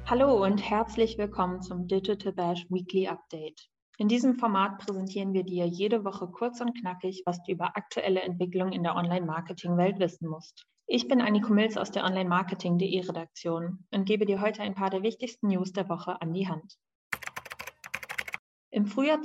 Hallo und herzlich willkommen zum Digital Bash Weekly Update. In diesem Format präsentieren wir dir jede Woche kurz und knackig, was du über aktuelle Entwicklungen in der Online-Marketing-Welt wissen musst. Ich bin Anniko Mills aus der Online-Marketing.de Redaktion und gebe dir heute ein paar der wichtigsten News der Woche an die Hand. Im Frühjahr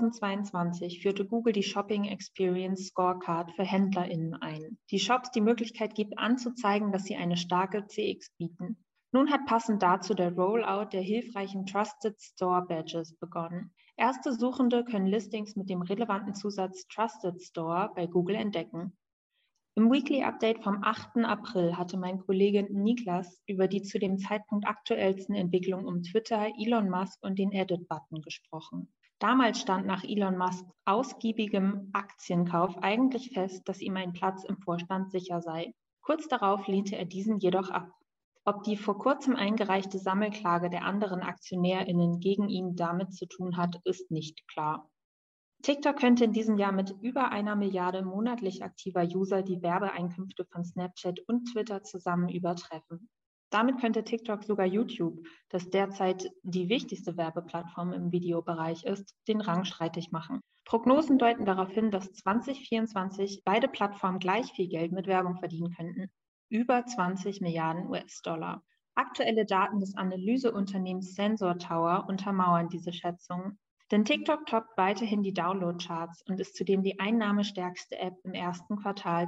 2022 führte Google die Shopping Experience Scorecard für HändlerInnen ein, die Shops die Möglichkeit gibt, anzuzeigen, dass sie eine starke CX bieten. Nun hat passend dazu der Rollout der hilfreichen Trusted Store Badges begonnen. Erste Suchende können Listings mit dem relevanten Zusatz Trusted Store bei Google entdecken. Im Weekly Update vom 8. April hatte mein Kollege Niklas über die zu dem Zeitpunkt aktuellsten Entwicklungen um Twitter, Elon Musk und den Edit-Button gesprochen. Damals stand nach Elon Musks ausgiebigem Aktienkauf eigentlich fest, dass ihm ein Platz im Vorstand sicher sei. Kurz darauf lehnte er diesen jedoch ab. Ob die vor kurzem eingereichte Sammelklage der anderen AktionärInnen gegen ihn damit zu tun hat, ist nicht klar. TikTok könnte in diesem Jahr mit über 1 Milliarde monatlich aktiver User die Werbeeinkünfte von Snapchat und Twitter zusammen übertreffen. Damit könnte TikTok sogar YouTube, das derzeit die wichtigste Werbeplattform im Videobereich ist, den Rang streitig machen. Prognosen deuten darauf hin, dass 2024 beide Plattformen gleich viel Geld mit Werbung verdienen könnten. Über 20 Milliarden US-Dollar. Aktuelle Daten des Analyseunternehmens Sensor Tower untermauern diese Schätzungen. Denn TikTok toppt weiterhin die Download-Charts und ist zudem die einnahmestärkste App im ersten Quartal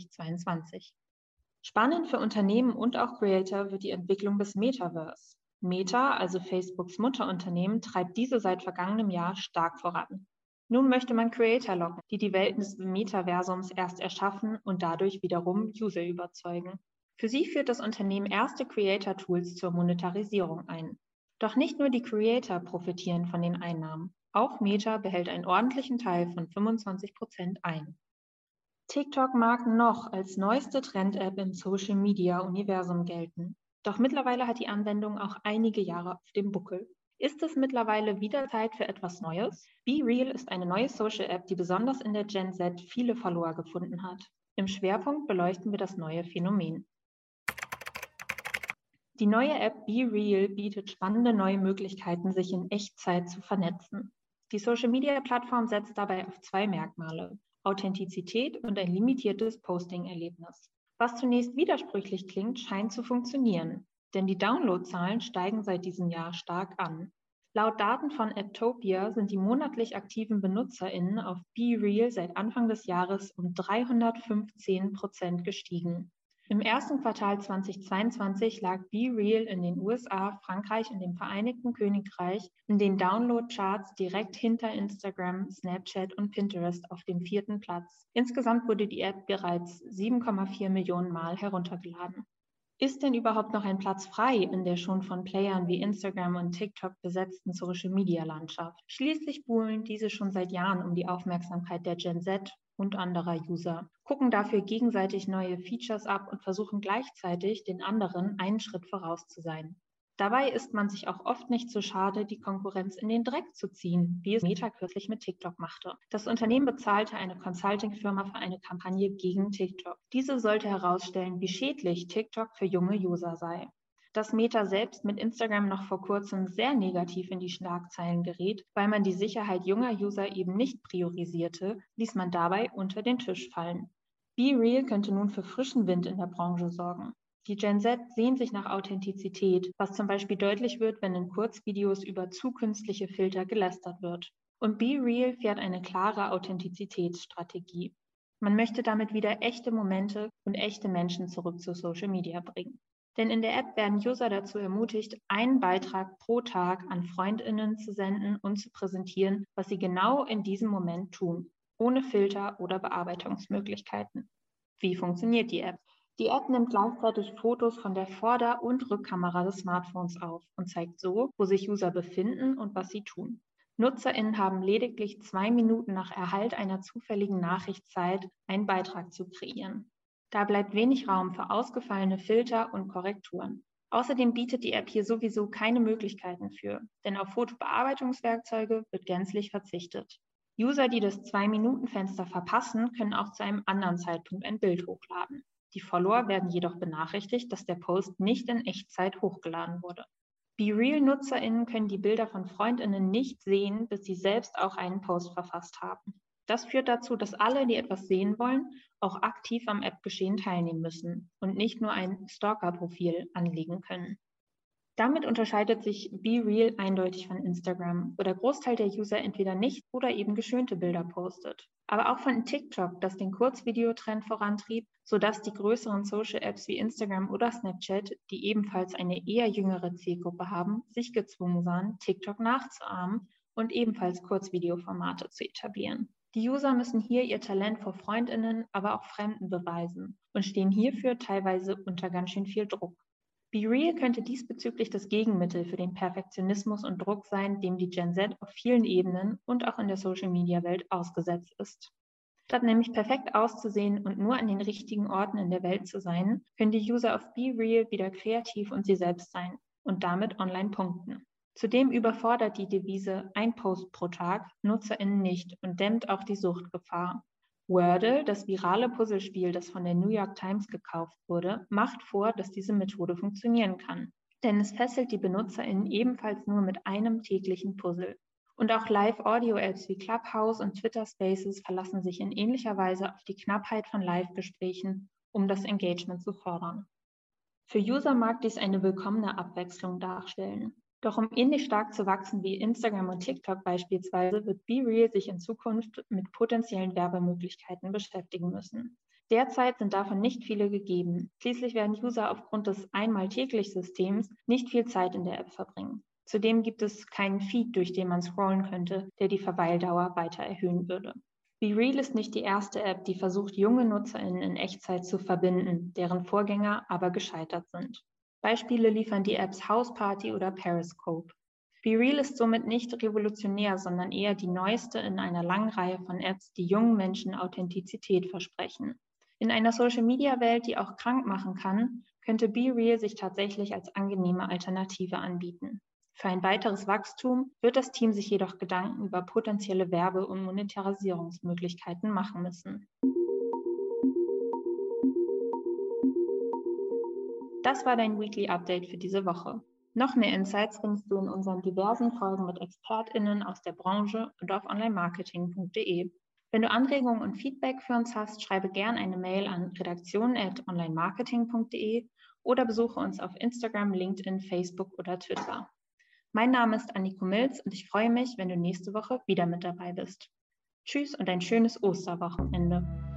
2022. Spannend für Unternehmen und auch Creator wird die Entwicklung des Metaverse. Meta, also Facebooks Mutterunternehmen, treibt diese seit vergangenem Jahr stark voran. Nun möchte man Creator locken, die die Welten des Metaversums erst erschaffen und dadurch wiederum User überzeugen. Für sie führt das Unternehmen erste Creator-Tools zur Monetarisierung ein. Doch nicht nur die Creator profitieren von den Einnahmen. Auch Meta behält einen ordentlichen Teil von 25% ein. TikTok mag noch als neueste Trend-App im Social-Media-Universum gelten. Doch mittlerweile hat die Anwendung auch einige Jahre auf dem Buckel. Ist es mittlerweile wieder Zeit für etwas Neues? BeReal ist eine neue Social-App, die besonders in der Gen Z viele Follower gefunden hat. Im Schwerpunkt beleuchten wir das neue Phänomen. Die neue App BeReal bietet spannende neue Möglichkeiten, sich in Echtzeit zu vernetzen. Die Social-Media-Plattform setzt dabei auf 2 Merkmale: Authentizität und ein limitiertes Posting-Erlebnis. Was zunächst widersprüchlich klingt, scheint zu funktionieren, denn die Downloadzahlen steigen seit diesem Jahr stark an. Laut Daten von Apptopia sind die monatlich aktiven BenutzerInnen auf BeReal seit Anfang des Jahres um 315% gestiegen. Im ersten Quartal 2022 lag BeReal in den USA, Frankreich und dem Vereinigten Königreich in den Download-Charts direkt hinter Instagram, Snapchat und Pinterest auf dem 4. Platz. Insgesamt wurde die App bereits 7,4 Millionen Mal heruntergeladen. Ist denn überhaupt noch ein Platz frei in der schon von Playern wie Instagram und TikTok besetzten Social-Media-Landschaft? Schließlich buhlen diese schon seit Jahren um die Aufmerksamkeit der Gen Z und anderer User, gucken dafür gegenseitig neue Features ab und versuchen gleichzeitig, den anderen einen Schritt voraus zu sein. Dabei ist man sich auch oft nicht so schade, die Konkurrenz in den Dreck zu ziehen, wie es Meta kürzlich mit TikTok machte. Das Unternehmen bezahlte eine Consulting-Firma für eine Kampagne gegen TikTok. Diese sollte herausstellen, wie schädlich TikTok für junge User sei. Dass Meta selbst mit Instagram noch vor kurzem sehr negativ in die Schlagzeilen geriet, weil man die Sicherheit junger User eben nicht priorisierte, ließ man dabei unter den Tisch fallen. BeReal könnte nun für frischen Wind in der Branche sorgen. Die Gen Z sehnt sich nach Authentizität, was zum Beispiel deutlich wird, wenn in Kurzvideos über zu künstliche Filter gelästert wird. Und BeReal fährt eine klare Authentizitätsstrategie. Man möchte damit wieder echte Momente und echte Menschen zurück zu Social Media bringen. Denn in der App werden User dazu ermutigt, einen Beitrag pro Tag an FreundInnen zu senden und zu präsentieren, was sie genau in diesem Moment tun, ohne Filter oder Bearbeitungsmöglichkeiten. Wie funktioniert die App? Die App nimmt gleichzeitig Fotos von der Vorder- und Rückkamera des Smartphones auf und zeigt so, wo sich User befinden und was sie tun. NutzerInnen haben lediglich 2 Minuten nach Erhalt einer zufälligen Nachricht Zeit, einen Beitrag zu kreieren. Da bleibt wenig Raum für ausgefallene Filter und Korrekturen. Außerdem bietet die App hier sowieso keine Möglichkeiten für, denn auf Fotobearbeitungswerkzeuge wird gänzlich verzichtet. User, die das 2-Minuten-Fenster verpassen, können auch zu einem anderen Zeitpunkt ein Bild hochladen. Die Follower werden jedoch benachrichtigt, dass der Post nicht in Echtzeit hochgeladen wurde. BeReal-NutzerInnen können die Bilder von FreundInnen nicht sehen, bis sie selbst auch einen Post verfasst haben. Das führt dazu, dass alle, die etwas sehen wollen, auch aktiv am App-Geschehen teilnehmen müssen und nicht nur ein Stalker-Profil anlegen können. Damit unterscheidet sich BeReal eindeutig von Instagram, wo der Großteil der User entweder nicht oder eben geschönte Bilder postet. Aber auch von TikTok, das den Kurzvideotrend vorantrieb, sodass die größeren Social-Apps wie Instagram oder Snapchat, die ebenfalls eine eher jüngere Zielgruppe haben, sich gezwungen sahen, TikTok nachzuahmen und ebenfalls Kurzvideoformate zu etablieren. Die User müssen hier ihr Talent vor FreundInnen, aber auch Fremden beweisen und stehen hierfür teilweise unter ganz schön viel Druck. BeReal könnte diesbezüglich das Gegenmittel für den Perfektionismus und Druck sein, dem die Gen Z auf vielen Ebenen und auch in der Social-Media-Welt ausgesetzt ist. Statt nämlich perfekt auszusehen und nur an den richtigen Orten in der Welt zu sein, können die User auf BeReal wieder kreativ und sie selbst sein und damit online punkten. Zudem überfordert die Devise ein Post pro Tag NutzerInnen nicht und dämmt auch die Suchtgefahr. Wordle, das virale Puzzlespiel, das von der New York Times gekauft wurde, macht vor, dass diese Methode funktionieren kann. Denn es fesselt die BenutzerInnen ebenfalls nur mit einem täglichen Puzzle. Und auch Live-Audio-Apps wie Clubhouse und Twitter Spaces verlassen sich in ähnlicher Weise auf die Knappheit von Live-Gesprächen, um das Engagement zu fördern. Für User mag dies eine willkommene Abwechslung darstellen. Doch um ähnlich stark zu wachsen wie Instagram und TikTok beispielsweise, wird BeReal sich in Zukunft mit potenziellen Werbemöglichkeiten beschäftigen müssen. Derzeit sind davon nicht viele gegeben. Schließlich werden User aufgrund des Einmal-täglich-Systems nicht viel Zeit in der App verbringen. Zudem gibt es keinen Feed, durch den man scrollen könnte, der die Verweildauer weiter erhöhen würde. BeReal ist nicht die erste App, die versucht, junge NutzerInnen in Echtzeit zu verbinden, deren Vorgänger aber gescheitert sind. Beispiele liefern die Apps Houseparty oder Periscope. BeReal ist somit nicht revolutionär, sondern eher die neueste in einer langen Reihe von Apps, die jungen Menschen Authentizität versprechen. In einer Social-Media-Welt, die auch krank machen kann, könnte BeReal sich tatsächlich als angenehme Alternative anbieten. Für ein weiteres Wachstum wird das Team sich jedoch Gedanken über potenzielle Werbe- und Monetarisierungsmöglichkeiten machen müssen. Das war dein Weekly Update für diese Woche. Noch mehr Insights findest du in unseren diversen Folgen mit ExpertInnen aus der Branche und auf onlinemarketing.de. Wenn du Anregungen und Feedback für uns hast, schreibe gerne eine Mail an redaktion@onlinemarketing.de oder besuche uns auf Instagram, LinkedIn, Facebook oder Twitter. Mein Name ist Anniko Milz und ich freue mich, wenn du nächste Woche wieder mit dabei bist. Tschüss und ein schönes Osterwochenende.